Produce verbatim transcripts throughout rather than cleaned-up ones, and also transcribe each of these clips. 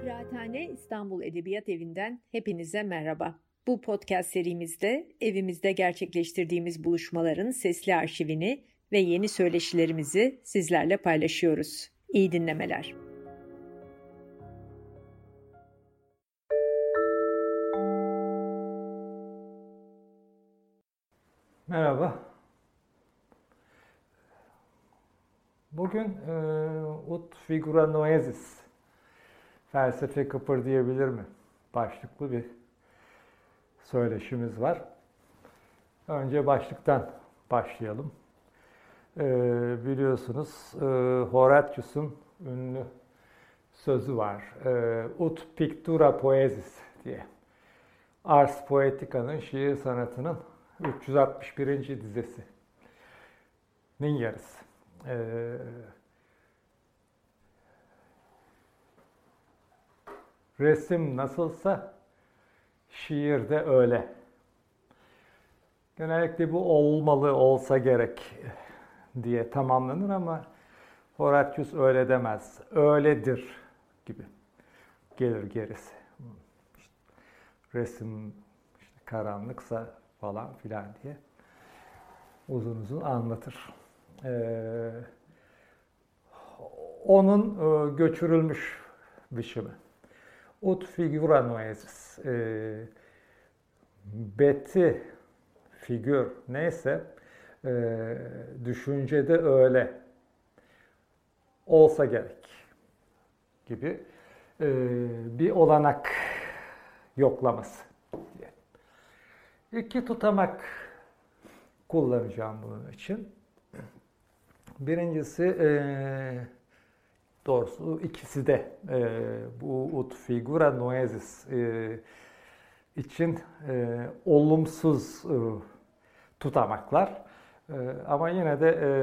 Kıraathane İstanbul Edebiyat Evi'nden hepinize merhaba. Bu podcast serimizde evimizde gerçekleştirdiğimiz buluşmaların sesli arşivini ve yeni söyleşilerimizi sizlerle paylaşıyoruz. İyi dinlemeler. Merhaba. Bugün e, Ut figura noesis, felsefe kıpırdayabilir mi? Başlıklı bir söyleşimiz var. Önce başlıktan başlayalım. E, biliyorsunuz e, Horatius'un ünlü sözü var. E, Ut pictura poesis diye. Ars Poetica'nın şiir sanatının üç yüz altmış birinci dizesinin yarısı. Ee, resim nasılsa şiir de öyle. Genellikle bu olmalı, olsa gerek diye tamamlanır ama Horatius öyle demez. Öyledir gibi gelir gerisi. İşte resim işte karanlıksa falan filan diye uzun uzun anlatır. Ee, onun e, göçürülmüş biçimi. Ut figura noesis. Ee, beti, figür neyse e, düşüncede öyle olsa gerek gibi e, bir olanak yoklaması. İki tutamak kullanacağım bunun için. Birincisi, e, doğrusu ikisi de e, bu ut figura noesis e, için e, olumsuz e, tutamaklar. E, ama yine de e,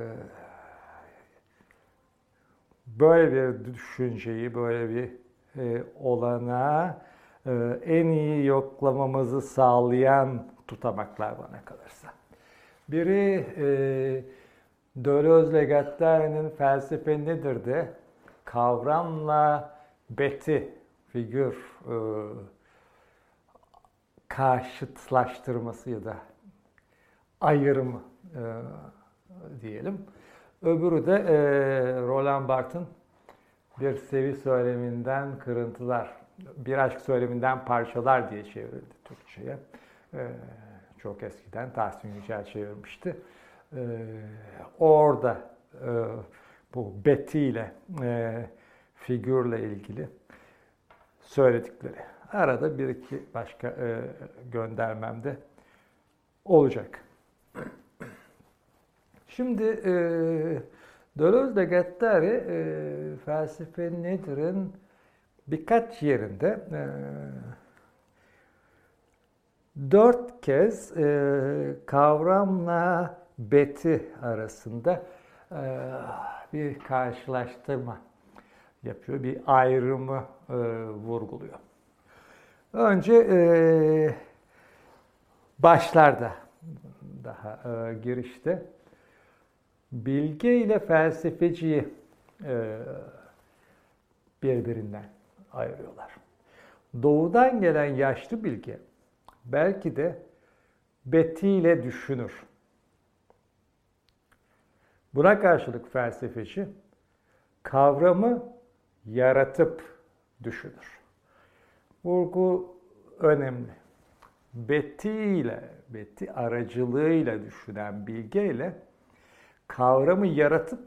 böyle bir düşünceyi, böyle bir e, olanağı e, en iyi yoklamamızı sağlayan tutamaklar bana kalırsa. Biri e, Deleuze ile Guattari'nin felsefe nedir de kavramla beti, figür e, karşıtlaştırması ya da ayrımı e, diyelim. Öbürü de e, Roland Barthes'in bir sevi söyleminden kırıntılar, bir aşk söyleminden parçalar diye çevrildi Türkçe'ye. E, çok eskiden Tahsin Yücel çevirmişti. Ee, orada e, bu betiyle, e, figürle ilgili söyledikleri. Arada bir iki başka e, göndermem de olacak. Şimdi e, Deleuze de Guattari e, felsefe nedir'in birkaç yerinde e, dört kez e, kavramla beti arasında e, bir karşılaştırma yapıyor, bir ayrımı e, vurguluyor. Önce e, başlarda, daha e, girişte bilge ile felsefeciyi e, birbirinden ayırıyorlar. Doğudan gelen yaşlı bilge belki de betiyle düşünür. Buna karşılık felsefeci kavramı yaratıp düşünür. Vurgu önemli. Betiyle, beti aracılığıyla düşünen bilgeyle kavramı yaratıp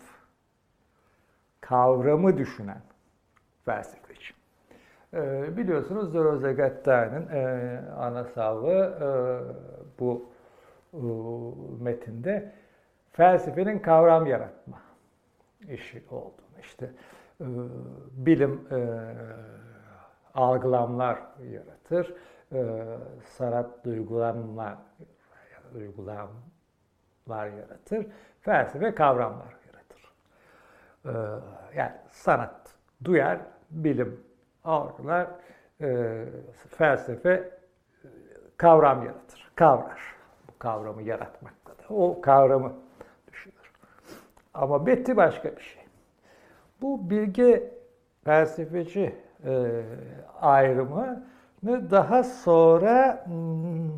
kavramı düşünen felsefeci. Ee, biliyorsunuz Deleuze Guattari'nin e, ana savı e, bu e, metinde felsefenin kavram yaratma işi olduğunu, işte e, bilim e, algılamlar yaratır, e, sanat duygulanma, duygulamlar yaratır, felsefe kavramlar yaratır. E, yani sanat duyar, bilim algılar, e, felsefe kavram yaratır, kavrar. Bu kavramı yaratmakta da o kavramı düşünür. Ama beti başka bir şey. Bu bilge felsefeci e, ayrımını daha sonra hmm,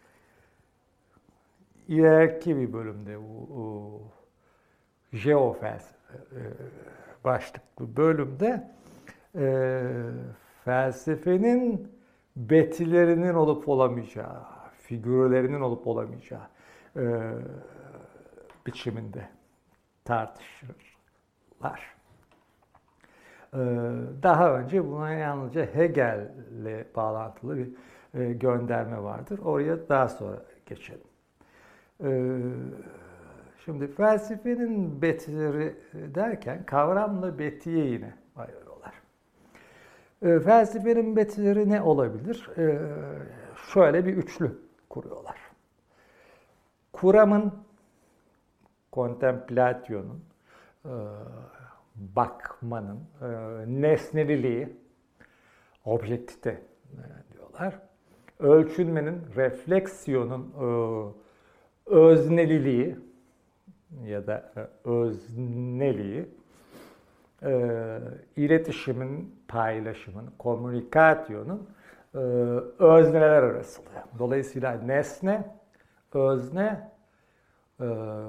ileriki bir bölümde bu o, jeofelsefe e, başlıklı bölümde e, felsefenin betilerinin olup olamayacağı, figürlerinin olup olamayacağı e, biçiminde tartışırlar. E, daha önce buna yalnızca Hegel'le bağlantılı bir e, gönderme vardır. Oraya daha sonra geçelim. E, şimdi felsefenin betileri derken kavramla betiye yine ayırıyorlar. E, felsefenin betileri ne olabilir? E, şöyle bir üçlü kuruyorlar. Kuramın, kontemplasyonun, e, bakmanın, e, nesneliliği, objektivite e, diyorlar. Ölçülmenin, refleksiyonun e, özneliliği ya da e, özneliği, e, iletişimin, paylaşımın, komünikasyonun e, özneler arasılığı. Dolayısıyla nesne, özne, e,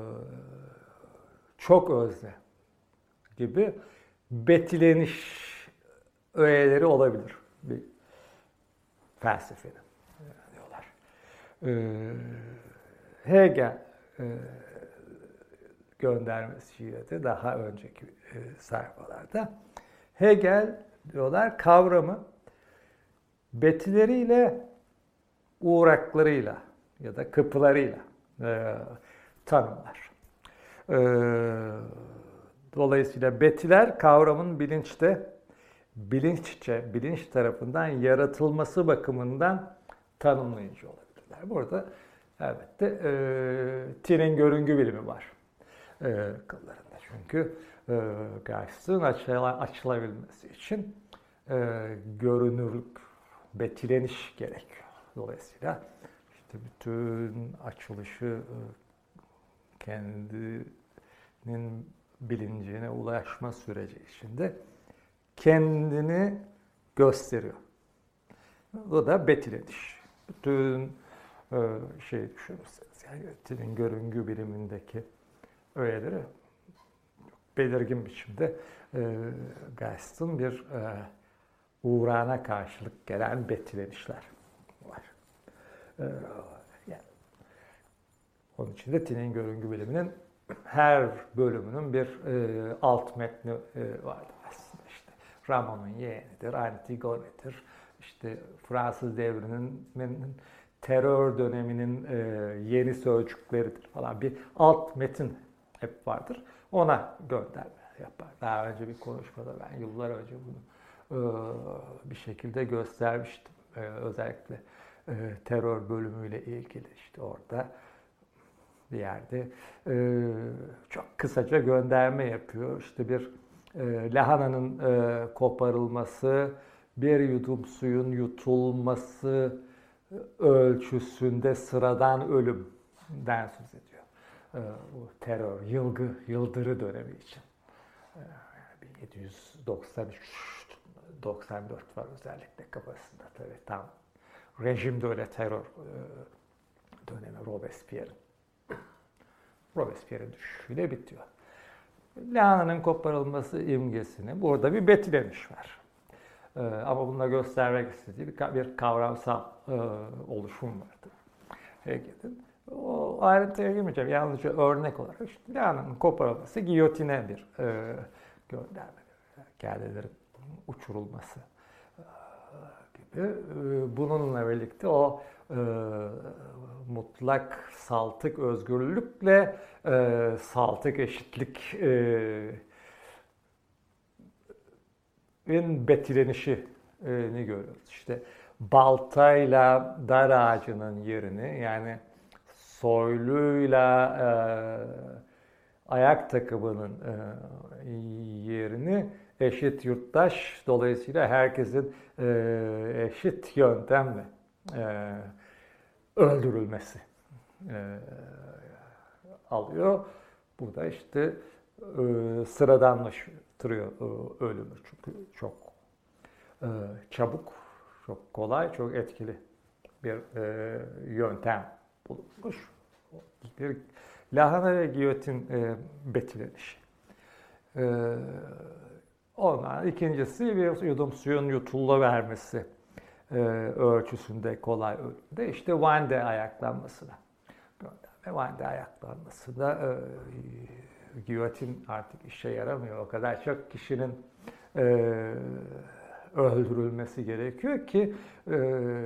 çok özne gibi betileniş öğeleri olabilir bir felsefenin diyorlar. Ee, Hegel e, göndermesiyle de daha önceki e, sayfalarda Hegel diyorlar kavramı betileriyle, uğraklarıyla ya da kapılarıyla e, tanımlar. E, dolayısıyla betiler kavramın bilinçte, bilinççe, bilinç tarafından yaratılması bakımından tanımlayıcı olabilirler. Burada elbette e, Tin'in görüngü bilimi var e, kıllarında. Çünkü e, Geist'in açıla, açılabilmesi için e, görünürlük, betileniş gerekiyor. Dolayısıyla işte bütün açılışı e, kendinin bilincine ulaşma süreci içinde kendini gösteriyor. O da betileniş. Bütün e, şey düşünürseniz, yani Tin'in görüngü bilimindeki öğeleri belirgin biçimde e, Geist'in bir e, uğrağına karşılık gelen betilenişler var. E, yani, onun için de Tin'in görüngü biliminin her bölümünün bir e, alt metni e, vardır aslında. İşte Ramon'un yeğenidir, Antigone'dir, işte Fransız devrinin terör döneminin e, yeni sözcükleridir falan, bir alt metin hep vardır. Ona gönderme yapar. Daha önce bir konuşmada ben yıllar önce bunu e, bir şekilde göstermiştim. E, özellikle e, terör bölümüyle ilgili işte orada bir yerde e, çok kısaca gönderme yapıyor. İşte bir e, lahananın e, koparılması, bir yudum suyun yutulması ölçüsünde sıradan ölümden söz ediyor. E, bu terör, yılgı, yıldırı dönemi için. E, bin yedi yüz doksan üç doksan dört var özellikle kafasında tabii tam. Rejim de öyle terör e, dönemi Robespierre'in. Robespierre'in düşüşüyle bitiyor. Lahananın koparılması imgesini burada bir betileniş var. Ee, ama bununla göstermek istediği bir, bir kavramsal e, oluşum vardı Hegel'in. O ayrıntıya girmeyeceğim. Yalnızca örnek olarak işte lahananın koparılması giyotine bir e, gönderme. Kellelerin uçurulması e, gibi. E, bununla birlikte o e, mutlak saltık özgürlükle e, saltık eşitlik e, in betilenişini görüyoruz. İşte baltayla dar ağacının yerini, yani soyluyla e, ayak takımının e, yerini eşit yurttaş, dolayısıyla herkesin e, eşit yöntemle e, öldürülmesi e, alıyor. Bu da işte e, sıradanlaştırıyor e, ölümü. Çünkü çok e, çabuk, çok kolay, çok etkili bir e, yöntem bulunmuş. Bir lahana ve giyotin e, betilenişi. E, ondan ikincisi bir yudum suyun yutuluvermesi e, ölçüsünde kolay ölümde. İşte Wende ayaklanmasına gönderme. Wende ayaklanmasında e, giyotin artık işe yaramıyor. O kadar çok kişinin e, öldürülmesi gerekiyor ki e,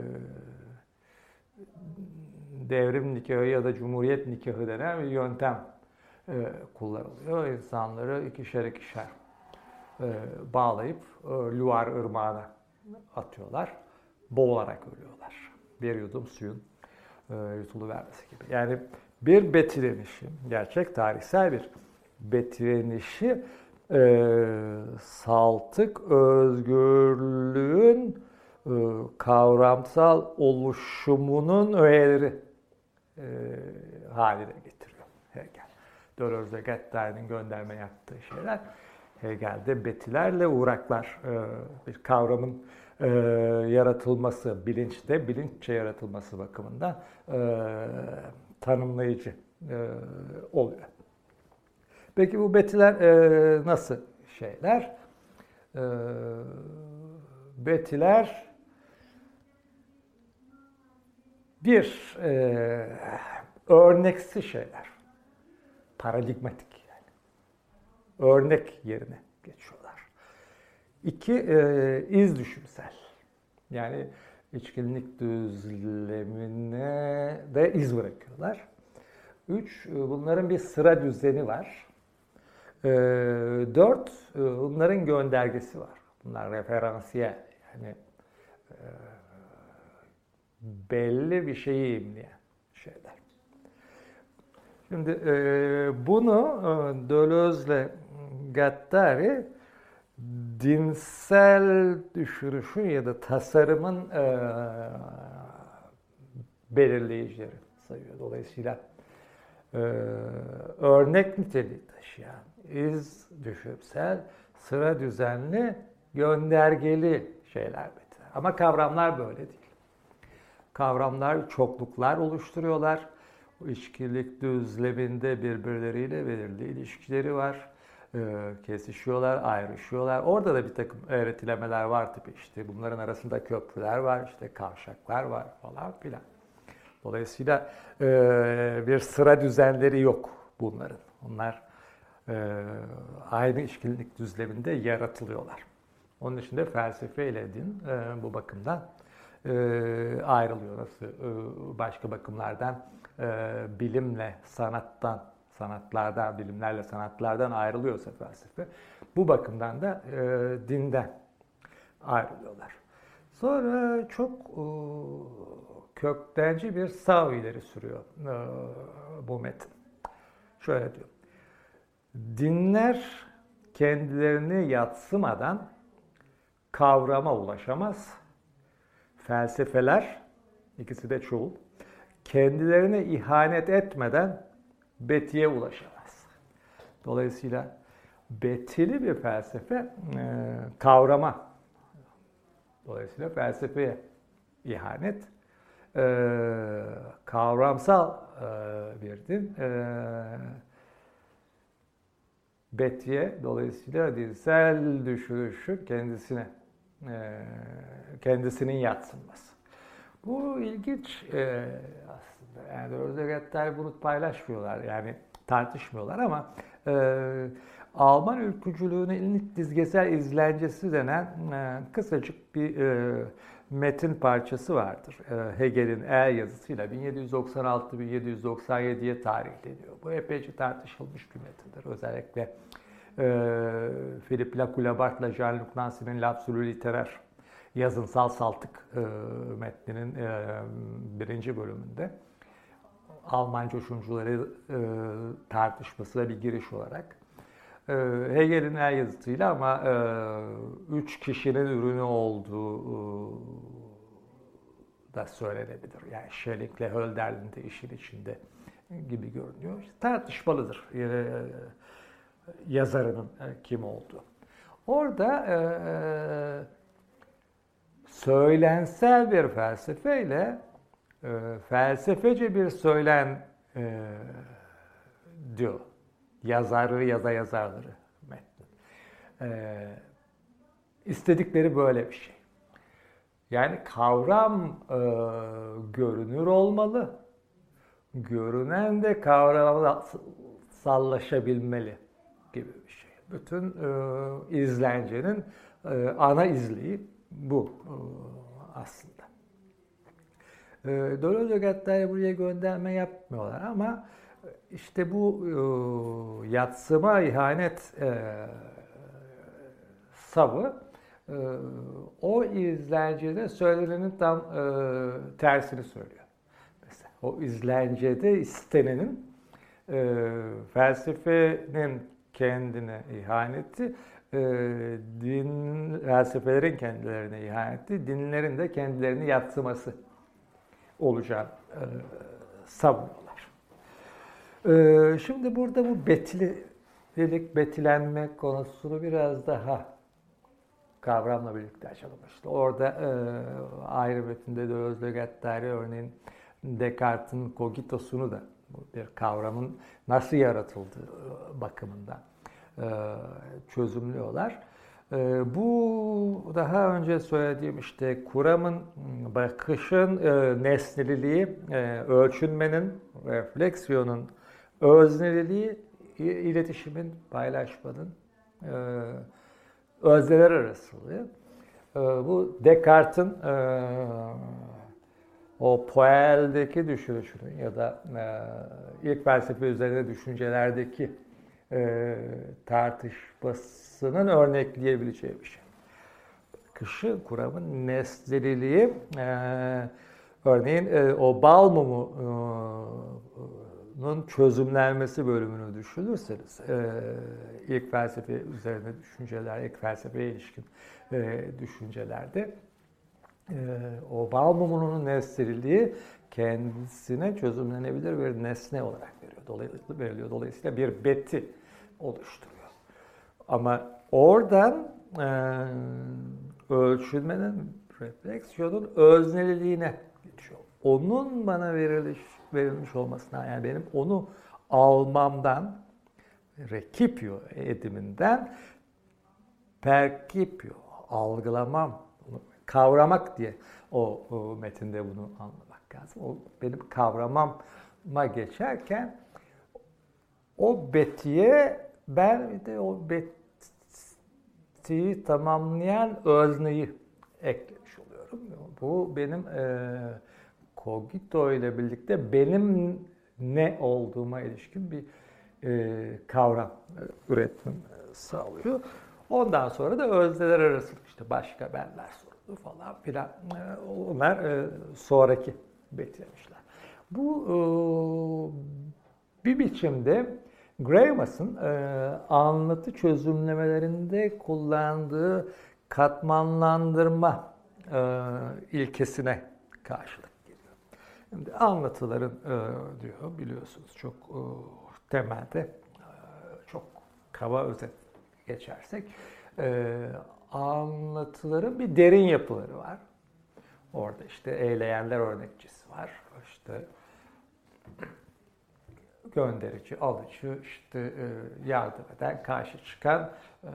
devrim nikahı ya da cumhuriyet nikahı denen bir yöntem e, kullanılıyor. İnsanları ikişer ikişer e, bağlayıp e, Loire ırmağına atıyorlar. Boğularak ölüyorlar. Bir yudum suyun e, yutuluvermesi gibi. Yani bir betilenişi, gerçek tarihsel bir betilenişi e, saltık özgürlüğün e, kavramsal oluşumunun öğeleri e, haline getiriyor Hegel. Deleuze ve Guattari'nin gönderme yaptığı şeyler Hegel'de betilerle uğraklar e, bir kavramın e, yaratılması, bilinçte, bilinççe yaratılması bakımından e, tanımlayıcı e, oluyor. Peki bu betiler e, nasıl şeyler? E, betiler bir e, örneksi şeyler. Paradigmatik yani. Örnek yerine geçiyorlar. İki, e, iz düşümsel. Yani içkinlik düzlemine de iz bırakıyorlar. Üç, bunların bir sıra düzeni var. E, dört, bunların göndergesi var. Bunlar referansiyel. Yani e, belli bir şeyi imleyen şeyler. Şimdi e, bunu e, Deleuze'le Guattari dinsel düşürüşün ya da tasarımın e, belirleyicileri sayıyor. Dolayısıyla e, örnek niteliği taşıyan, iz düşümsel, sıra düzenli, göndergeli şeyler betiler. Ama kavramlar böyle değil. Kavramlar çokluklar oluşturuyorlar. Bu içkilik düzleminde birbirleriyle belirli ilişkileri var. Ee, kesişiyorlar, ayrışıyorlar. Orada da bir takım öğretilemeler var tabii işte. Bunların arasında köprüler var, işte kavşaklar var falan filan. Dolayısıyla e, bir sıra düzenleri yok bunların. Onlar e, aynı içkilik düzleminde yaratılıyorlar. Onun dışında felsefe ile din e, bu bakımdan e, ayrılıyor. Nasıl e, başka bakımlardan e, bilimle sanattan, sanatlardan, bilimlerle sanatlardan ayrılıyorsa felsefe, bu bakımdan da e, dinden ayrılıyorlar. Sonra çok e, köktenci bir sav ileri sürüyor e, bu metin. Şöyle diyor. Dinler kendilerini yadsımadan kavrama ulaşamaz. Felsefeler, ikisi de çoğul, kendilerine ihanet etmeden betiye ulaşamaz. Dolayısıyla betili bir felsefe e, kavrama. Dolayısıyla felsefeye ihanet, e, kavramsal e, bir din, e, betiye, dolayısıyla dinsel düşürüşü kendisine, e, kendisinin yadsınması. Bu ilginç e, aslında. Yani Deleuze ve Guattari bunu paylaşmıyorlar, yani tartışmıyorlar ama e, Alman ülkücülüğünün ilk dizgesel izlencesi denen e, kısacık bir e, metin parçası vardır. E, Hegel'in el yazısıyla bin yedi yüz doksan altı bin yedi yüz doksan yediye tarihleniyor. Bu epeyce tartışılmış bir metindir. Özellikle e, Philippe Lacoue-Labarthe'la Jean-Luc Nancy'nin L'Absolu Littéraire yazınsal saltık e, metninin e, birinci bölümünde Alman coşumcuları e, tartışması ve bir giriş olarak e, Hegel'in el yazısıyla ama e, üç kişinin ürünü olduğu e, da söylenebilir. Yani Schelling'le Hölderlin de işin içinde gibi görünüyor. İşte tartışmalıdır e, yazarının e, kim olduğu. Orada e, söylensel bir felsefeyle e, felsefece bir söylen e, diyor. Yazarı ya da yazarları metnin. E, istedikleri böyle bir şey. Yani kavram e, görünür olmalı. Görünen de kavramsallaşabilmeli gibi bir şey. Bütün e, izlencenin e, ana izleyi bu e, aslında. E, Deleuze-Guattari buraya gönderme yapmıyorlar ama işte bu e, yadsıma ihanet e, savı e, o izlencede söylenenin tam e, tersini söylüyor. Mesela o izlencede istenenin e, felsefenin kendine ihaneti, e, din felsefelerin kendilerine ihaneti, dinlerin de kendilerini yadsıması olacağı e, savunuyorlar. E, şimdi burada bu betililik, betilenme konusunu biraz daha kavramla birlikte açalım. İşte orada e, ayrı metinde Deleuze-Guattari örneğin Descartes'in cogitosunu da bir kavramın nasıl yaratıldığı bakımından e, çözümlüyorlar. E, bu daha önce söylediğim işte kuramın, bakışın e, nesneliliği, e, ölçünmenin, refleksiyonun özneliliği, iletişimin, paylaşmanın e, özneler arasılığı. E, bu Descartes'in e, o Poel'deki düşünüşünün ya da e, ilk felsefe üzerine düşüncelerdeki e, tartışmasının örnekleyebileceği bir şey. Bakışı, kuramın nesneliliği, e, örneğin e, o bal mumunun çözümlenmesi bölümünü düşünürseniz, e, ilk felsefe üzerine düşünceler, ilk felsefeye ilişkin e, düşüncelerde e, o bal mumunun nesneliliği kendisine çözümlenebilir bir nesne olarak veriyor. Dolayısıyla veriliyor. Dolayısıyla bir beti oluşturuyor. Ama oradan e, ölçülmenin, refleksiyonun özneliliğine geçiyor. Onun bana veriliş, verilmiş olmasına, yani benim onu almamdan, recipio ediminden, percipio, algılamam, kavramak diye o, o metinde bunu anlamak lazım. O benim kavramama geçerken o betiye ben bir de o betiyi tamamlayan özneyi eklemiş oluyorum. Bu benim e, cogito ile birlikte benim ne olduğuma ilişkin bir e, kavram e, üretmem sağlıyor. Ondan sonra da özneler arası işte başka benler sorunu falan filan. Onlar e, sonraki betilemişler. Bu e, bir biçimde Greimas'ın e, anlatı çözümlemelerinde kullandığı katmanlandırma e, ilkesine karşılık geliyor. Şimdi anlatıların e, diyor biliyorsunuz çok e, temelde e, çok kaba özet geçersek e, anlatıların bir derin yapıları var. Orada işte eyleyenler örnekçesi var. İşte gönderici, alıcı, işte e, yardım eden, karşı çıkan e,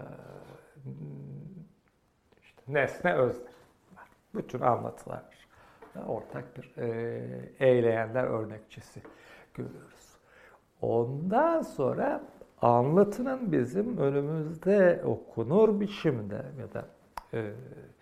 işte nesne, özne var. Bütün anlatılar ortak bir e, eyleyenler örnekçesi görüyoruz. Ondan sonra anlatının bizim önümüzde okunur biçimde ya da e, e,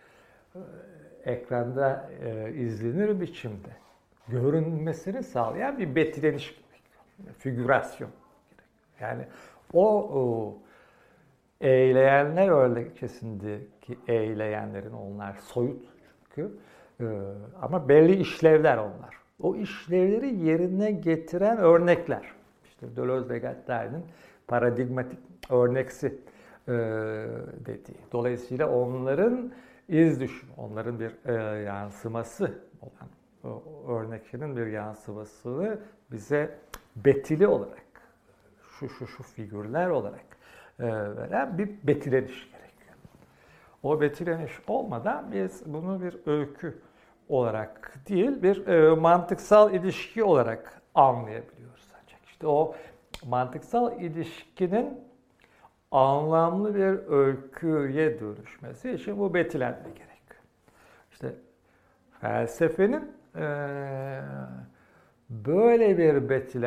ekranda e, izlenir biçimde görünmesini sağlayan bir betileniş gerekiyor. Figürasyon gerekiyor. Yani o, o eyleyenler örnekçesindeki eyleyenlerin onlar soyut çünkü e, ama belli işlevler onlar. O işlevleri yerine getiren örnekler. İşte Deleuze-Guattari'nin paradigmatik örneksi e, dediği. Dolayısıyla onların iz düşümü, onların bir e, yansıması olan o örneklerin bir yansımasını bize betili olarak, şu şu şu figürler olarak e, veren bir betileniş gerekiyor. O betileniş olmadan biz bunu bir öykü olarak değil, bir e, mantıksal ilişki olarak anlayabiliyoruz ancak. İşte o mantıksal ilişkinin anlamlı bir öyküye dönüşmesi için bu betilenme gerekiyor. İşte felsefenin e, böyle bir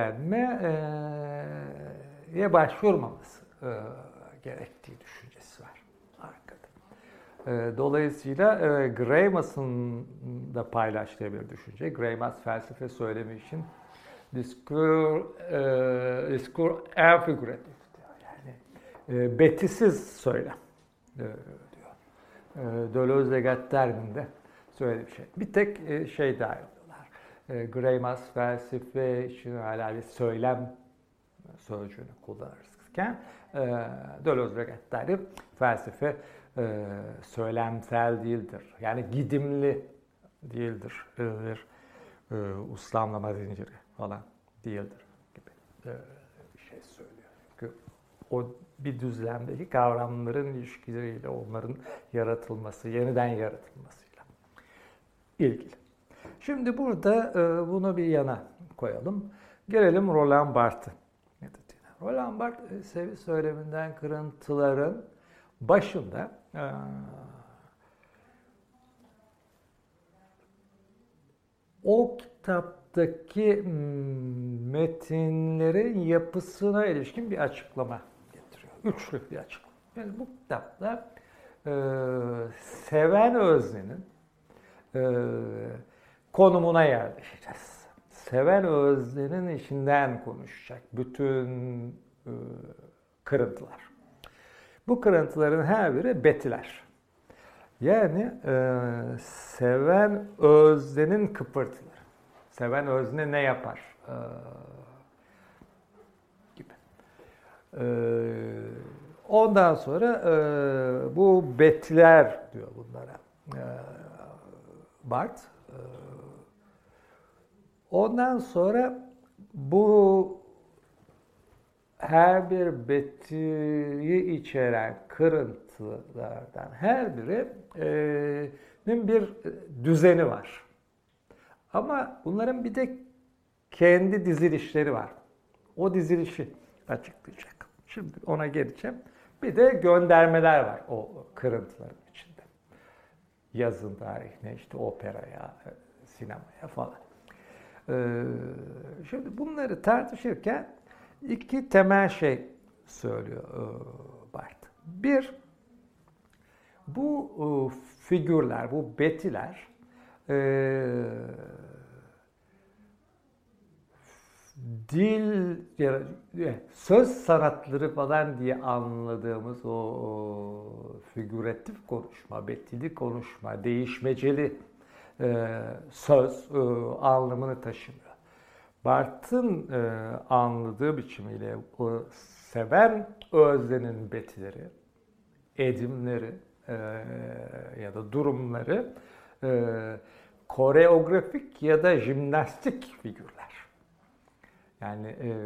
betilenmeye başvurmaması e, gerektiği düşüncesi var arkada. E, dolayısıyla e, Greimas'ın da paylaştığı bir düşünce. Greimas felsefe söylemi için diskur, e, diskur enfiguratif diyor. Yani e, betisiz söylem e, diyor. E, Deleuze ve Guattari'nin de söylediği bir şey. Bir tek e, şey daha yapıyorlar. E, Greimas felsefe için hala bir söylem sözcüğünü kullanırken e, Deleuze ve Guattari felsefe e, söylemsel değildir. Yani gidimli değildir. E, bir e, uslamlama zinciri falan değildir gibi e, bir şey söylüyor. Çünkü o bir düzlemdeki kavramların ilişkileriyle onların yaratılması, yeniden yaratılmasıyla ilgili. Şimdi burada e, bunu bir yana koyalım. Gelelim Roland Barthes'e. Roland Barthes sevi söyleminden kırıntıların başında e, o kitaptaki metinlerin yapısına ilişkin bir açıklama getiriyor. Üçlü bir açıklama. Yani bu kitapta e, seven öznenin e, konumuna yerleşeceğiz. Seven öznenin içinden konuşacak bütün e, kırıntılar. Bu kırıntıların her biri betiler. Yani e, seven öznenin kıpırtıları. Seven özne ne yapar? E, gibi. E, ondan sonra e, bu betiler diyor bunlara. E, Barthes. E, ondan sonra bu her bir betiyi içeren kırıntılardan her birinin bir düzeni var. Ama bunların bir de kendi dizilişleri var. O dizilişi açıklayacak. Şimdi ona geleceğim. Bir de göndermeler var o kırıntıların içinde. Yazın tarihine, işte operaya, sinemaya falan. Şimdi bunları tartışırken iki temel şey söylüyor Barthes. Bir, bu figürler, bu betiler dil, söz sanatları falan diye anladığımız o figüratif konuşma, betili konuşma, değişmeceli söz anlamını taşımıyor. Barthes'ın e, anladığı biçimiyle o seven öznenin betileri, edimleri e, ya da durumları e, koreografik ya da jimnastik figürler. Yani e,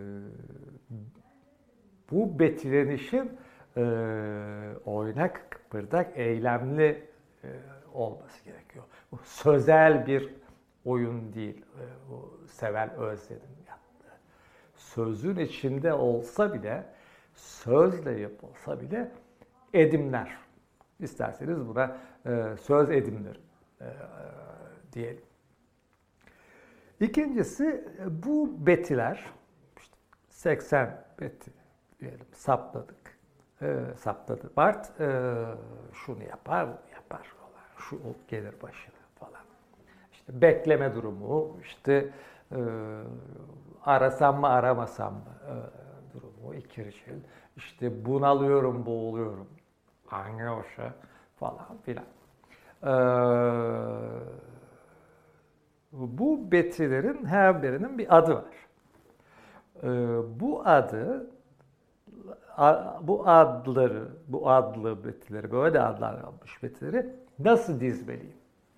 bu betilenişin e, oynak, kıpırdak, eylemli e, olması gerekiyor. Bu sözel bir oyun değil, o seven öznenin yaptığı. Sözün içinde olsa bile, sözle yapılsa bile edimler. İsterseniz buna e, söz edimleri e, diyelim. İkincisi, bu betiler, işte seksen beti diyelim, saptadık. E, saptadı. Barthes e, şunu yapar, bunu yapar falan. Şu gelir başına falan. İşte bekleme durumu, işte e, arasam mı aramasam mı e, durumu, ikircil. İşte bunalıyorum, boğuluyorum, angosha falan filan. E, bu betilerin her birinin bir adı var. E, bu adı, a, bu adları, bu adlı betileri, böyle adlandırılmış betileri nasıl dizmeliyim?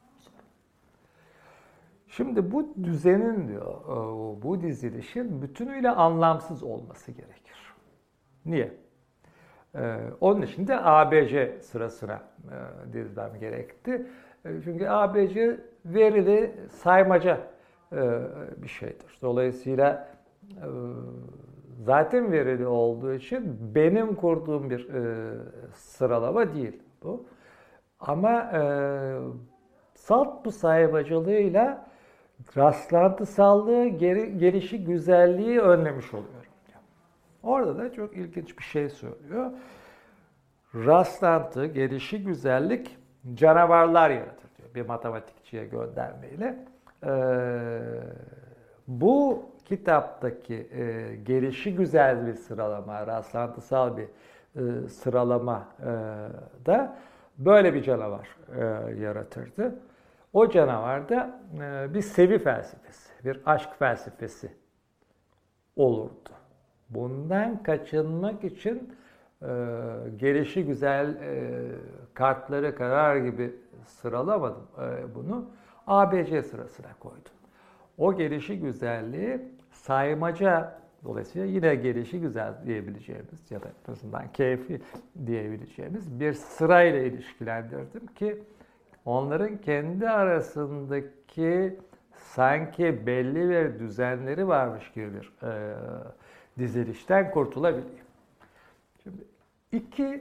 Şimdi bu düzenin diyor, bu dizilişin bütünüyle anlamsız olması gerekir. Niye? Ee, onun için de A B C sırasına e, dizmem gerekti. E, çünkü A B C verili saymaca e, bir şeydir. Dolayısıyla e, zaten verili olduğu için benim kurduğum bir e, sıralama değil bu. Ama e, salt bu saymacılığıyla rastlantısallığı, geri, gelişi güzelliği önlemiş oluyorum. Orada da çok ilginç bir şey söylüyor. Rastlantı, gelişi güzellik canavarlar yaratır diyor bir matematikçiye göndermeyle. Ee, bu kitaptaki e, gelişi güzel bir sıralama, rastlantısal bir e, sıralama e, da böyle bir canavar e, yaratırdı. O canavar da e, bir sevi felsefesi, bir aşk felsefesi olurdu. Bundan kaçınmak için e, gelişi güzel e, kartları karar gibi sıralamadım e, bunu. A B C sırasına koydum. O gelişi güzelliği saymaca, dolayısıyla yine gelişi güzel diyebileceğimiz ya da en azından keyfi diyebileceğimiz bir sırayla ilişkilendirdim ki onların kendi arasındaki sanki belli bir düzenleri varmış gibi bir e, dizilişten kurtulabileyim. Şimdi iki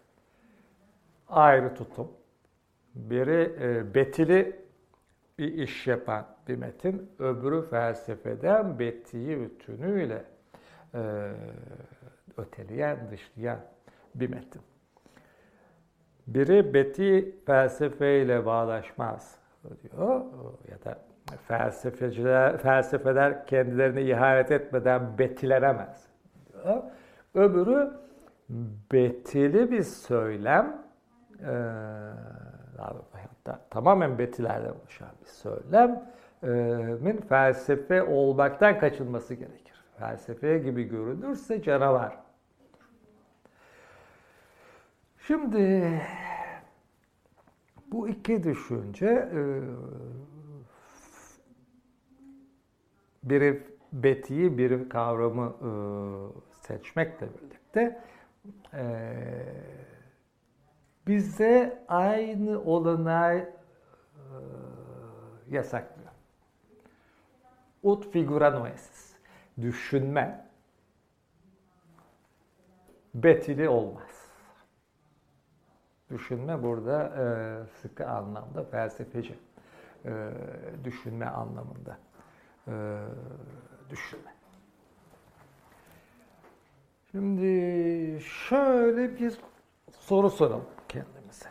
ayrı tutum. Biri e, betili bir iş yapan bir metin, öbürü felsefeden betiyi bütünüyle e, öteleyen, dışlayan bir metin. Biri beti felsefeyle bağdaşmaz diyor ya da felsefeciler, felsefeler kendilerine ihanet etmeden betilenemez diyor. Öbürü betili bir söylem, e, hatta tamamen betilerden oluşan bir söylemin felsefe olmaktan kaçınması gerekir. Felsefe gibi görünürse canavar. Şimdi bu iki düşünce biri betiyi, biri kavramı seçmekle birlikte bize aynı olanağı yasaklıyor. Ut figura noesis. Düşünme betili olmaz. Düşünme burada e, sıkı anlamda felsefeci e, düşünme anlamında e, düşünme. Şimdi şöyle bir soru soralım kendimize.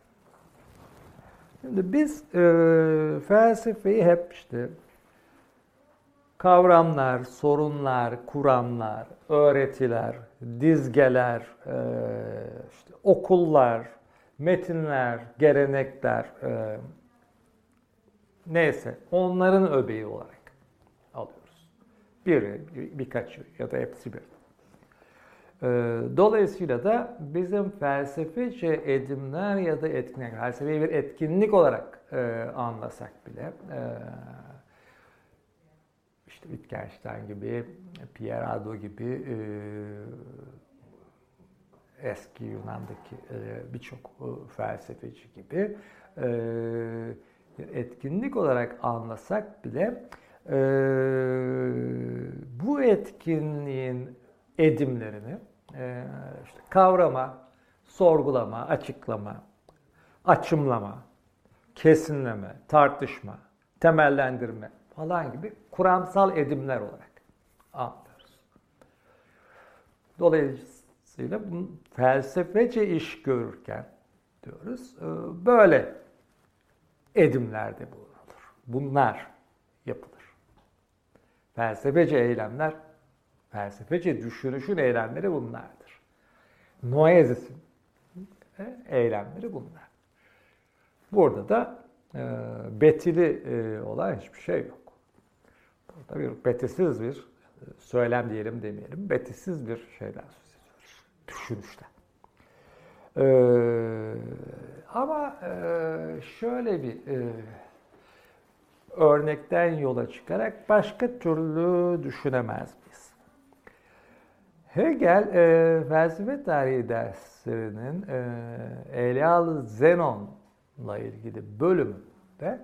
Şimdi biz e, felsefeyi hep işte kavramlar, sorunlar, kuramlar, öğretiler, dizgeler, e, işte okullar, metinler, gelenekler, e, neyse onların öbeği olarak alıyoruz. Biri, bir, birkaçı ya da hepsi bir. E, dolayısıyla da bizim felsefece edimler ya da etkinlikler, felsefeyi bir etkinlik olarak e, anlasak bile, e, işte Wittgenstein gibi, Pierre Hadot gibi, e, eski Yunan'daki e, birçok e, felsefeci gibi e, etkinlik olarak anlasak bile e, bu etkinliğin edimlerini e, işte kavrama, sorgulama, açıklama, açımlama, kesinleme, tartışma, temellendirme falan gibi kuramsal edimler olarak anlıyoruz. Dolayısıyla felsefece iş görürken diyoruz, böyle edimlerde bulunulur. Bunlar yapılır. Felsefece eylemler, felsefece düşünüşün eylemleri bunlardır. Noezis'in eylemleri bunlar. Burada da e, betili e, olan hiçbir şey yok. Burada bir betisiz bir söylem diyelim demeyelim, betisiz bir şeyden söz ediyoruz. Düşünüşten. Ee, ama e, şöyle bir e, örnekten yola çıkarak başka türlü düşünemez miyiz? Hegel e, felsefe tarihi derslerinin e, Elyalı Zenon'la ilgili bölümünde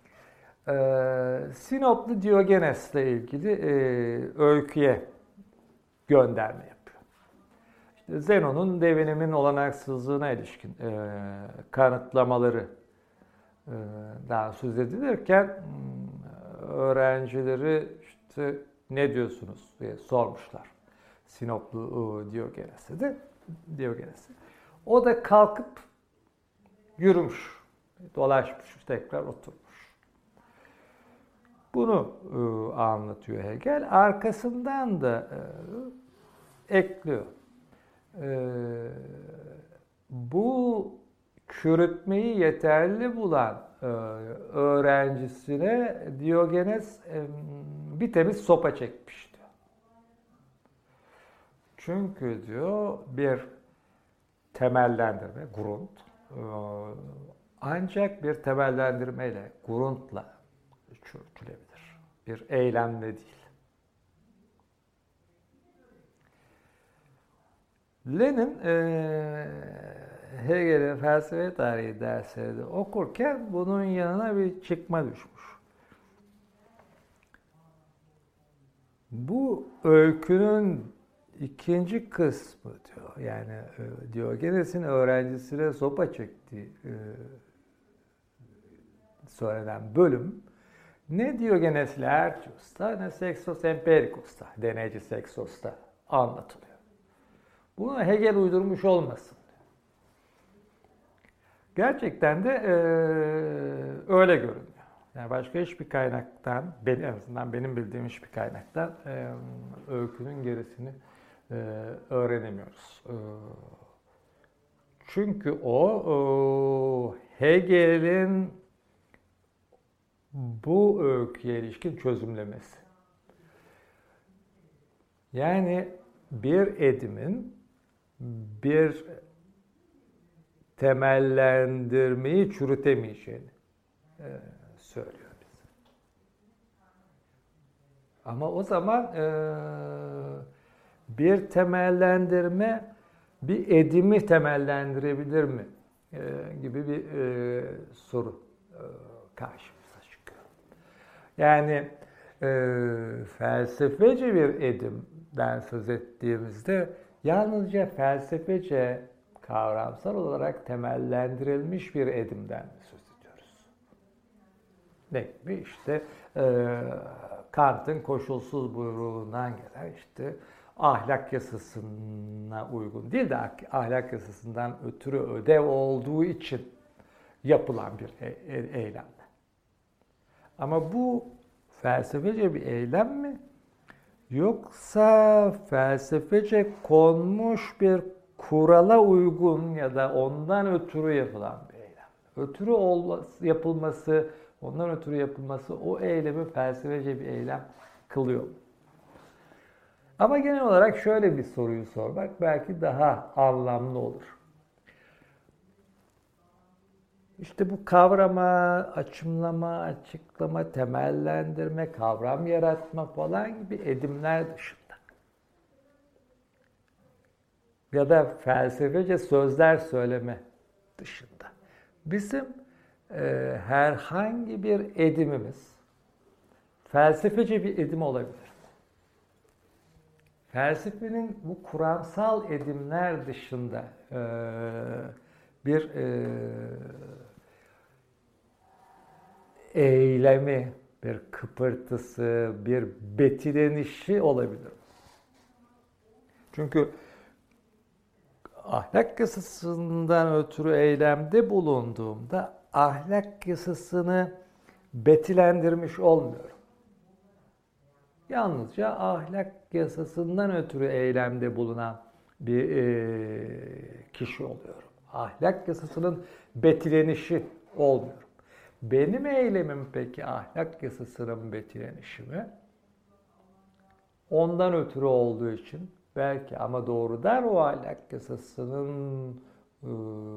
e, Sinoplu Diogenes'le ilgili e, öyküye gönderme yapıyor. İşte Zenon'un devinimin olanaksızlığına ilişkin e, kanıtlamaları e, daha söz edilirken öğrencileri işte ne diyorsunuz diye sormuşlar. Sinoplu Diogenes'e de Diogenes'e. O da kalkıp yürümüş, dolaşmış, tekrar oturmuş. Bunu e, anlatıyor Hegel. Arkasından da e, ekliyor. E, bu çürütmeyi yeterli bulan e, öğrencisine Diogenes e, bir temiz sopa çekmiş. Çünkü diyor bir temellendirme, Grund, ancak bir temellendirmeyle, Grund'la çürütülebilir. Bir eylemle değil. Lenin Hegel'in felsefe tarihi dersleri okurken bunun yanına bir çıkma düşmüş. Bu öykünün İkinci kısmı diyor, yani e, Diogenes'in öğrencisine sopa çektiği e, söylenen bölüm ne Diogenes Laertius'ta ne Sextus Empiricus'ta, deneyici Sextus'ta anlatılıyor. Bunu Hegel uydurmuş olmasın. Gerçekten de e, öyle görünüyor. Yani başka hiçbir kaynaktan, benim, en azından benim bildiğim hiçbir kaynaktan e, öykünün gerisini e, öğrenemiyoruz. E, çünkü o, o Hegel'in bu öyküye ilişkin çözümlemesi. Yani bir edimin bir temellendirmeyi çürütemeyeceğini e, söylüyor bize. Ama o zaman e, bir temellendirme bir edimi temellendirebilir mi e, gibi bir e, soru e, karşımıza çıkıyor. Yani e, felsefeci bir edimden söz ettiğimizde yalnızca felsefece kavramsal olarak temellendirilmiş bir edimden söz ediyoruz. Ne gibi? İşte e, Kant'ın koşulsuz buyruğundan gelen işte ahlak yasasına uygun değil de ahlak yasasından ötürü ödev olduğu için yapılan bir eylem. Ama bu felsefece bir eylem mi? Yoksa felsefece konmuş bir kurala uygun ya da ondan ötürü yapılan bir eylem. Ötürü olması, yapılması, ondan ötürü yapılması o eylemi felsefece bir eylem kılıyor. Ama genel olarak şöyle bir soruyu sormak belki daha anlamlı olur. İşte bu kavrama, açımlama, açıklama, temellendirme, kavram yaratma falan gibi edimler dışında ya da felsefece sözler söyleme dışında bizim e, herhangi bir edimimiz felsefece bir edim olabilir. Felsefenin bu kuramsal edimler dışında e, bir e, eylemi, bir kıpırtısı, bir betilenişi olabilir. Çünkü ahlak yasasından ötürü eylemde bulunduğumda ahlak yasasını betilendirmiş olmuyorum. Yalnızca ahlak yasasından ötürü eylemde bulunan bir e, kişi oluyorum. Ahlak yasasının betilenişi olmuyorum. Benim eylemim peki ahlak yasasının betilenişi mi? Ondan ötürü olduğu için belki ama doğrudan o ahlak yasasının e,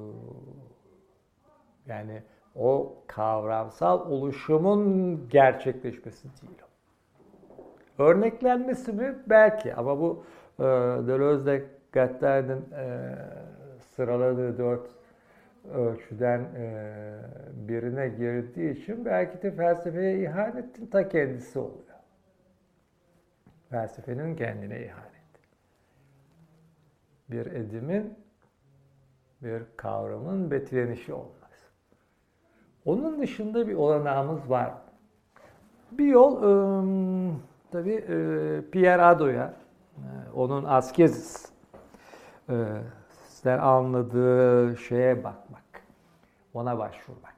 yani o kavramsal oluşumun gerçekleşmesi değil. Örneklenmesi mi? Belki ama bu e, Deleuze Guattari'nin e, sıraladığı dört ölçüden e, birine girdiği için belki de felsefeye ihanetin ta kendisi oluyor. Felsefenin kendine ihanet. Bir edimin, bir kavramın betilenişi olmaz. Onun dışında bir olanağımız var. Bir yol e, tabii e, Pierre Hadot'a, e, onun askezis, e, sizler anladığı şeye bakmak, ona başvurmak.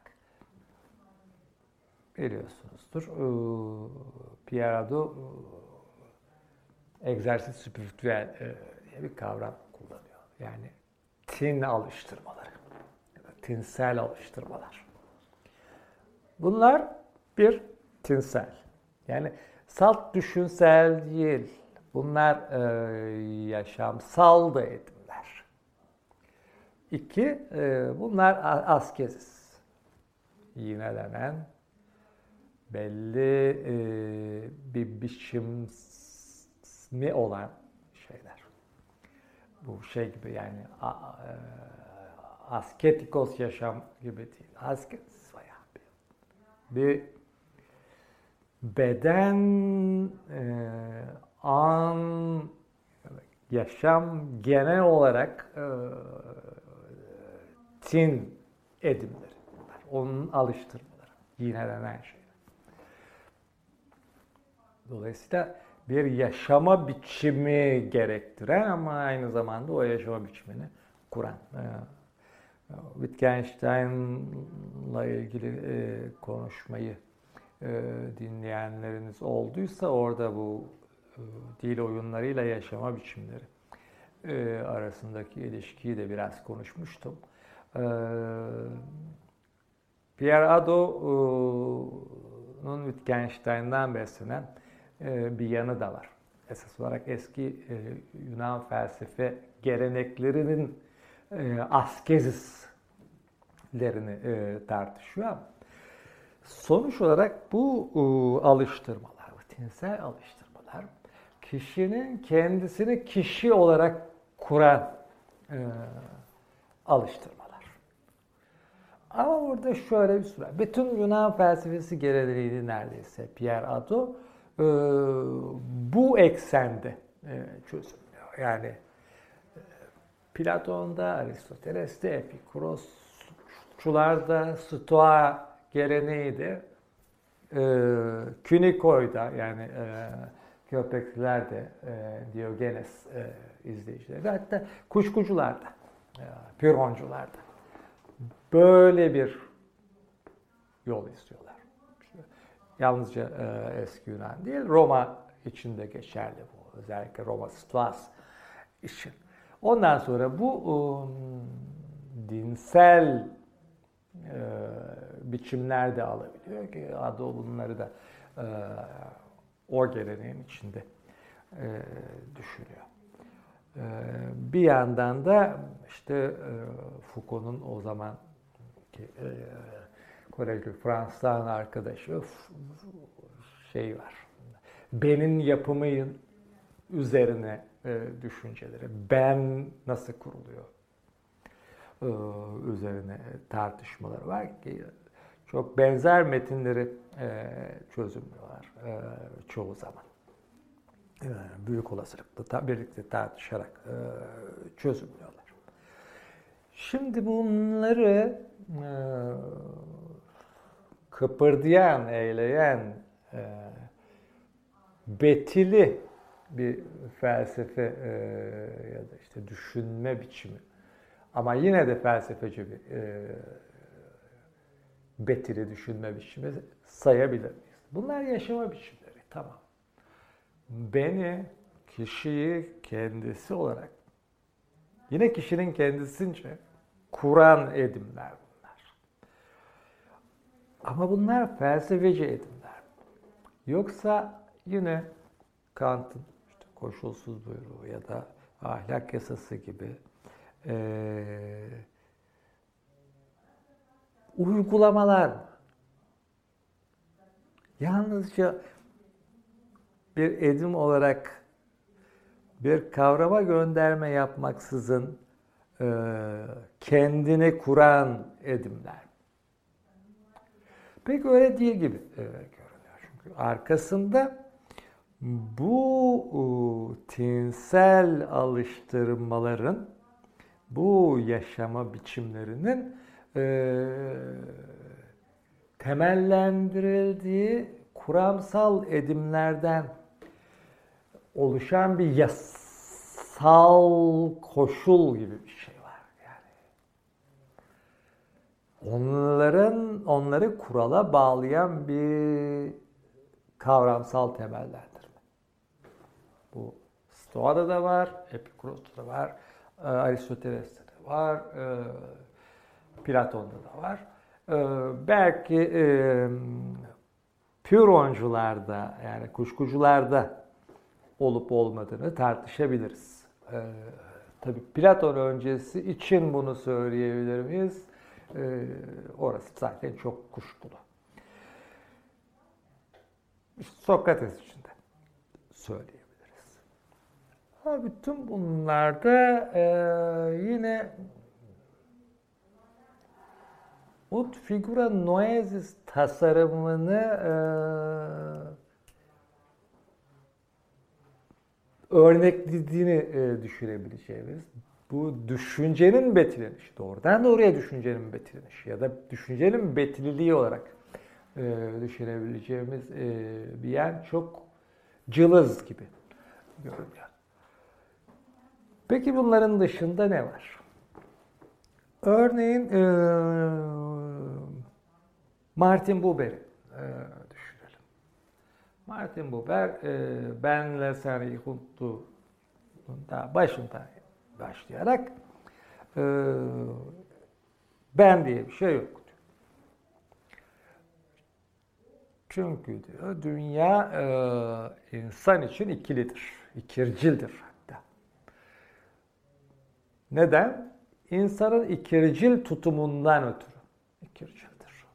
Biliyorsunuzdur. E, Pierre Hadot e, egzersiz spiritüel e, diye bir kavram kullanıyor. Yani tin alıştırmaları, tinsel alıştırmalar. Bunlar bir tinsel. Yani salt düşünsel değil. Bunlar e, yaşamsal da edimler. İki, e, bunlar askezis. Yinelenen belli e, bir biçimi olan şeyler. Bu şey gibi yani a, e, asketikos yaşam gibi değil. Asketis bayağı bir, bir beden, e, an, yaşam genel olarak e, tin edimleri. Onun alıştırmaları, yinelenen şeyler. Dolayısıyla bir yaşama biçimi gerektiren ama aynı zamanda o yaşama biçimini kuran. Wittgenstein'la ilgili konuşmayı dinleyenleriniz olduysa orada bu dil oyunlarıyla yaşama biçimleri arasındaki ilişkiyi de biraz konuşmuştum. Pierre Hadot'un Wittgenstein'dan beslenen bir yanı da var. Esas olarak eski Yunan felsefe geleneklerinin askezislerini tartışıyor ama sonuç olarak bu alıştırmalar, bu tinsel alıştırmalar kişinin kendisini kişi olarak kuran alıştırmalar. Ama burada şöyle bir süre. Bütün Yunan felsefesi geleneğini neredeyse Pierre Hadot bu eksende çözümlüyor. Yani Platon'da, Aristoteles'te, Epikurosçularda, Stoa geleneği de Künikoy'da yani e, Köpekliler de e, Diogenes e, izleyicileri hatta kuşkucularda, e, Püroncularda böyle bir yol istiyorlar. Yalnızca e, eski Yunan değil, Roma için de geçerli bu. Özellikle Roma Stoas için. Ondan sonra bu um, dinsel e, biçimler de alabiliyor ki Hadot bunları da e, o geleneğin içinde e, düşünüyor. E, bir yandan da işte e, Foucault'un o zaman ki e, Koleji Fransız'ın arkadaşı şey var. Benin yapımı üzerine e, düşünceleri, ben nasıl kuruluyor e, üzerine tartışmaları var ki çok benzer metinleri e, çözümlüyorlar e, çoğu zaman. E, büyük olasılıkla ta, birlikte tartışarak e, çözümlüyorlar. Şimdi bunları e, kıpırdayan, eyleyen, e, betili bir felsefe e, ya da işte düşünme biçimi ama yine de felsefeci bir e, betili düşünme biçimi sayabilir miyiz? Bunlar yaşama biçimleri, tamam. Beni, kişiyi kendisi olarak yine kişinin kendisince kuran edimler bunlar. Ama bunlar felsefeci edimler. Yoksa yine Kant'ın işte koşulsuz buyruğu ya da ahlak yasası gibi e, uygulamalar mı? Yalnızca bir edim olarak bir kavrama gönderme yapmaksızın e, kendini kuran edimler. Pek öyle değil gibi e, görünüyor. Çünkü arkasında bu e, tinsel alıştırmaların, bu yaşama biçimlerinin e, temellendirildiği kuramsal edimlerden oluşan bir yasal koşul gibi bir şey var. Yani onların onları kurala bağlayan bir kavramsal temellendirme. Bu Stoa'da da var, Epikuros'ta da var, Aristoteles'te de var, Platon'da da var. Belki Püroncularda, yani kuşkucularda olup olmadığını tartışabiliriz. Ee, tabii Platon öncesi için bunu söyleyebilir miyiz? Ee, orası zaten çok kuşkulu. İşte Sokrates için de söyleyebiliriz. Ha, bütün bunlarda e, yine ut figura noesis tasarımını e, örneklediğini e, düşünebileceğimiz, bu düşüncenin betilenişi, doğrudan doğruya düşüncenin betilenişi ya da düşüncenin betililiği olarak e, düşünebileceğimiz e, bir yer çok cılız gibi görünüyor. Peki bunların dışında ne var? Örneğin e, Martin Buber'i e, düşünelim. Martin Buber, e, Ben Lesser Ihuntu'nun da başından başlayarak e, ben diye bir şey yok diyor. Çünkü diyor, dünya e, insan için ikilidir, ikircildir hatta. Neden? İnsanın ikircil tutumundan ötürü ikircildir.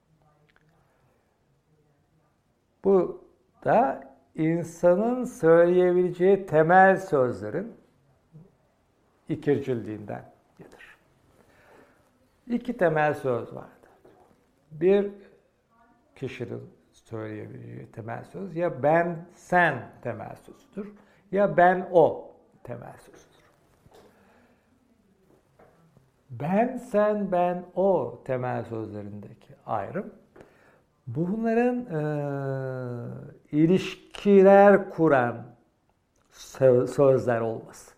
Bu da insanın söyleyebileceği temel sözlerin ikircilliğinden gelir. İki temel söz vardır. Bir kişinin söyleyebileceği temel söz ya ben sen temel sözüdür ya ben o temel sözüdür. Ben, sen, ben, o temel sözlerindeki ayrım, bunların e, ilişkiler kuran sözler olması.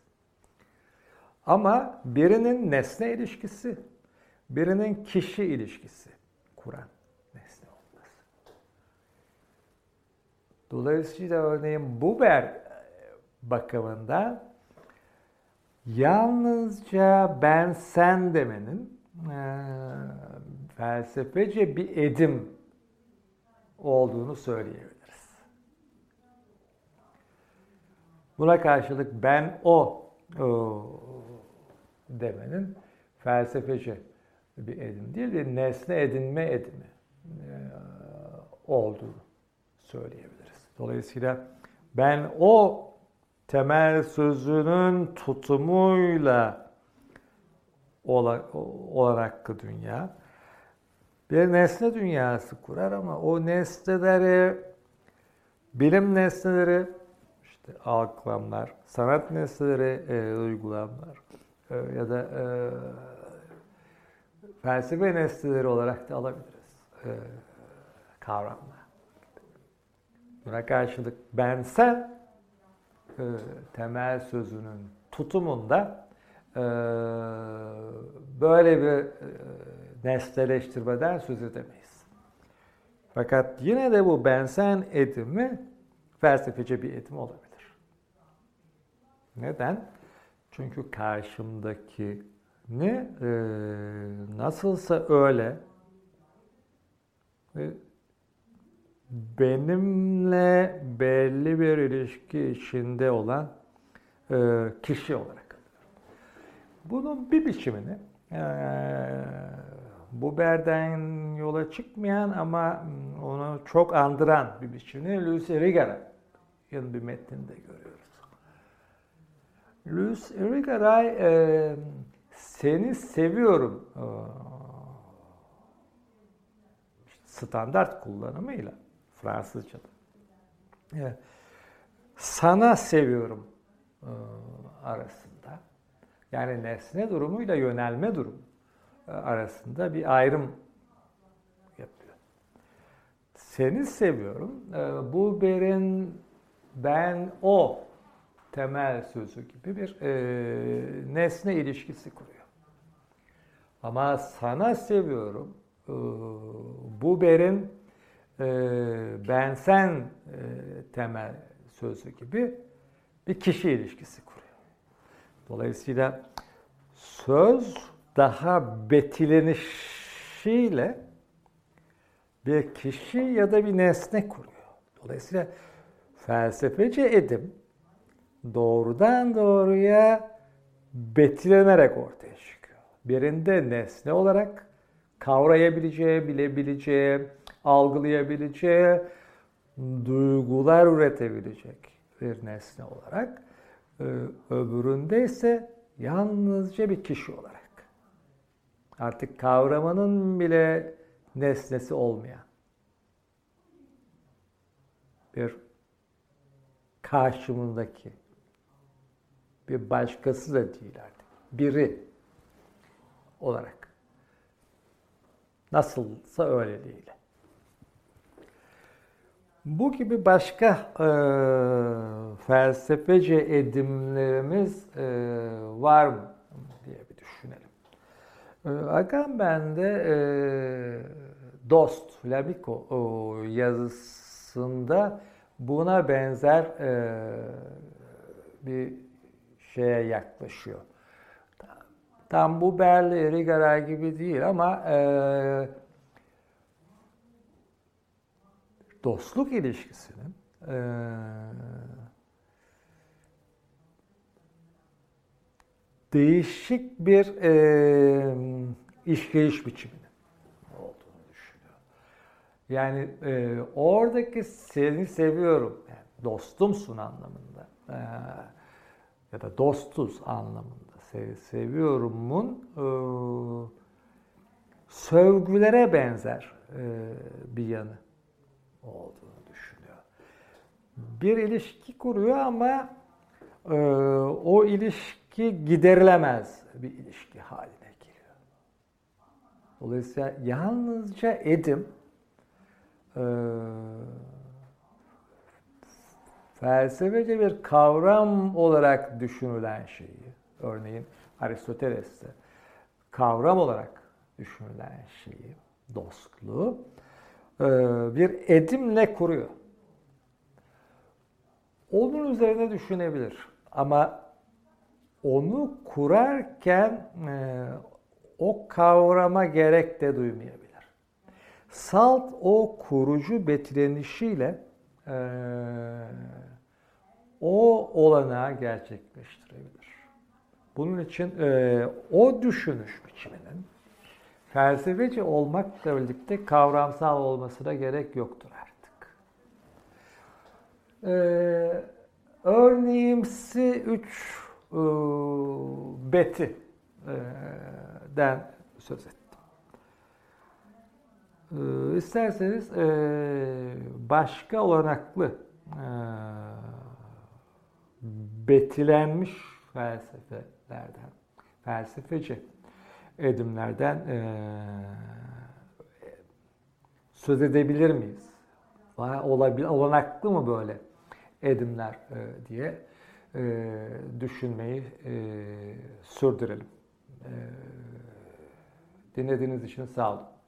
Ama birinin nesne ilişkisi, birinin kişi ilişkisi kuran nesne olması. Dolayısıyla örneğin Buber bakımından yalnızca ben sen demenin e, felsefece bir edim olduğunu söyleyebiliriz. Buna karşılık ben o, o demenin felsefece bir edim değil de nesne edinme edimi e, olduğunu söyleyebiliriz. Dolayısıyla ben o temel sözünün tutumuyla olan hakkı dünya bir nesne dünyası kurar ama o nesneleri, bilim nesneleri, işte algılamlar, sanat nesneleri, e, uygulamlar e, ya da e, felsefe nesneleri olarak da alabiliriz e, kavramlar. Buna karşılık ben sen e, temel sözünün tutumunda e, böyle bir e, nesneleştirmeden söz edemeyiz. Fakat yine de bu ben sen edimi felsefece bir edim olabilir. Neden? Çünkü karşımdaki ne e, nasılsa öyle ve benimle belli bir ilişki içinde olan e, kişi olarak alıyorum. Bunun bir biçimini e, Buber'den yola çıkmayan ama onu çok andıran bir biçimini Lucy Rigara'nın bir metninde görüyoruz. Luis Irigaray e, seni seviyorum e, standart kullanımıyla Fransızca'da. Evet. Sana seviyorum e, arasında, yani nesne durumuyla yönelme durumu e, arasında bir ayrım yapıyor. Seni seviyorum. E, bu berin ben o temel sözü gibi bir e, nesne ilişkisi kuruyor. Ama sana seviyorum. E, bu berin e, ben sen e, temel sözü gibi bir kişi ilişkisi kuruyor. Dolayısıyla söz daha betilenişiyle bir kişi ya da bir nesne kuruyor. Dolayısıyla felsefeci edim doğrudan doğruya betilenerek ortaya çıkıyor. Birinde nesne olarak kavrayabileceği, bilebileceği, algılayabileceği, duygular üretebilecek bir nesne olarak, öbüründe ise yalnızca bir kişi olarak. Artık kavramanın bile nesnesi olmayan bir karşımızdaki bir başkası da değil artık. Biri olarak. Nasılsa öyle değil. Bu gibi başka e, felsefece edimlerimiz e, var mı diye bir düşünelim. E, Agamben'de e, Dost, Lamiko o, yazısında buna benzer e, bir şeye yaklaşıyor. Tam bu Berle Irigaray gibi değil ama e, dostluk ilişkisinin e, değişik bir e, işleyiş biçiminin olduğunu düşünüyor. Yani e, oradaki seni seviyorum, yani dostumsun anlamında e, ya da dostuz anlamında seni seviyorumun e, sövgülere benzer e, bir yanı olduğunu düşünüyor. Bir ilişki kuruyor ama e, o ilişki giderilemez bir ilişki haline geliyor. Dolayısıyla yalnızca edim e, felsefece bir kavram olarak düşünülen şeyi, örneğin Aristoteles'te kavram olarak düşünülen şeyi, dostluğu bir edimle kuruyor. Onun üzerine düşünebilir. Ama onu kurarken o kavrama gerek de duymayabilir. Salt o kurucu betilenişiyle o olanağı gerçekleştirebilir. Bunun için o düşünüş biçiminin felsefeci olmakla birlikte kavramsal olmasına gerek yoktur artık. Ee, örneğimsi üç e, beti e, den söz ettim. Ee, isterseniz e, başka olanaklı e, betilenmiş felsefelerden, felsefeci edimlerden e, söz edebilir miyiz? Olabil, olanaklı mı böyle edimler e, diye e, düşünmeyi e, sürdürelim. E, dinlediğiniz için sağ olun.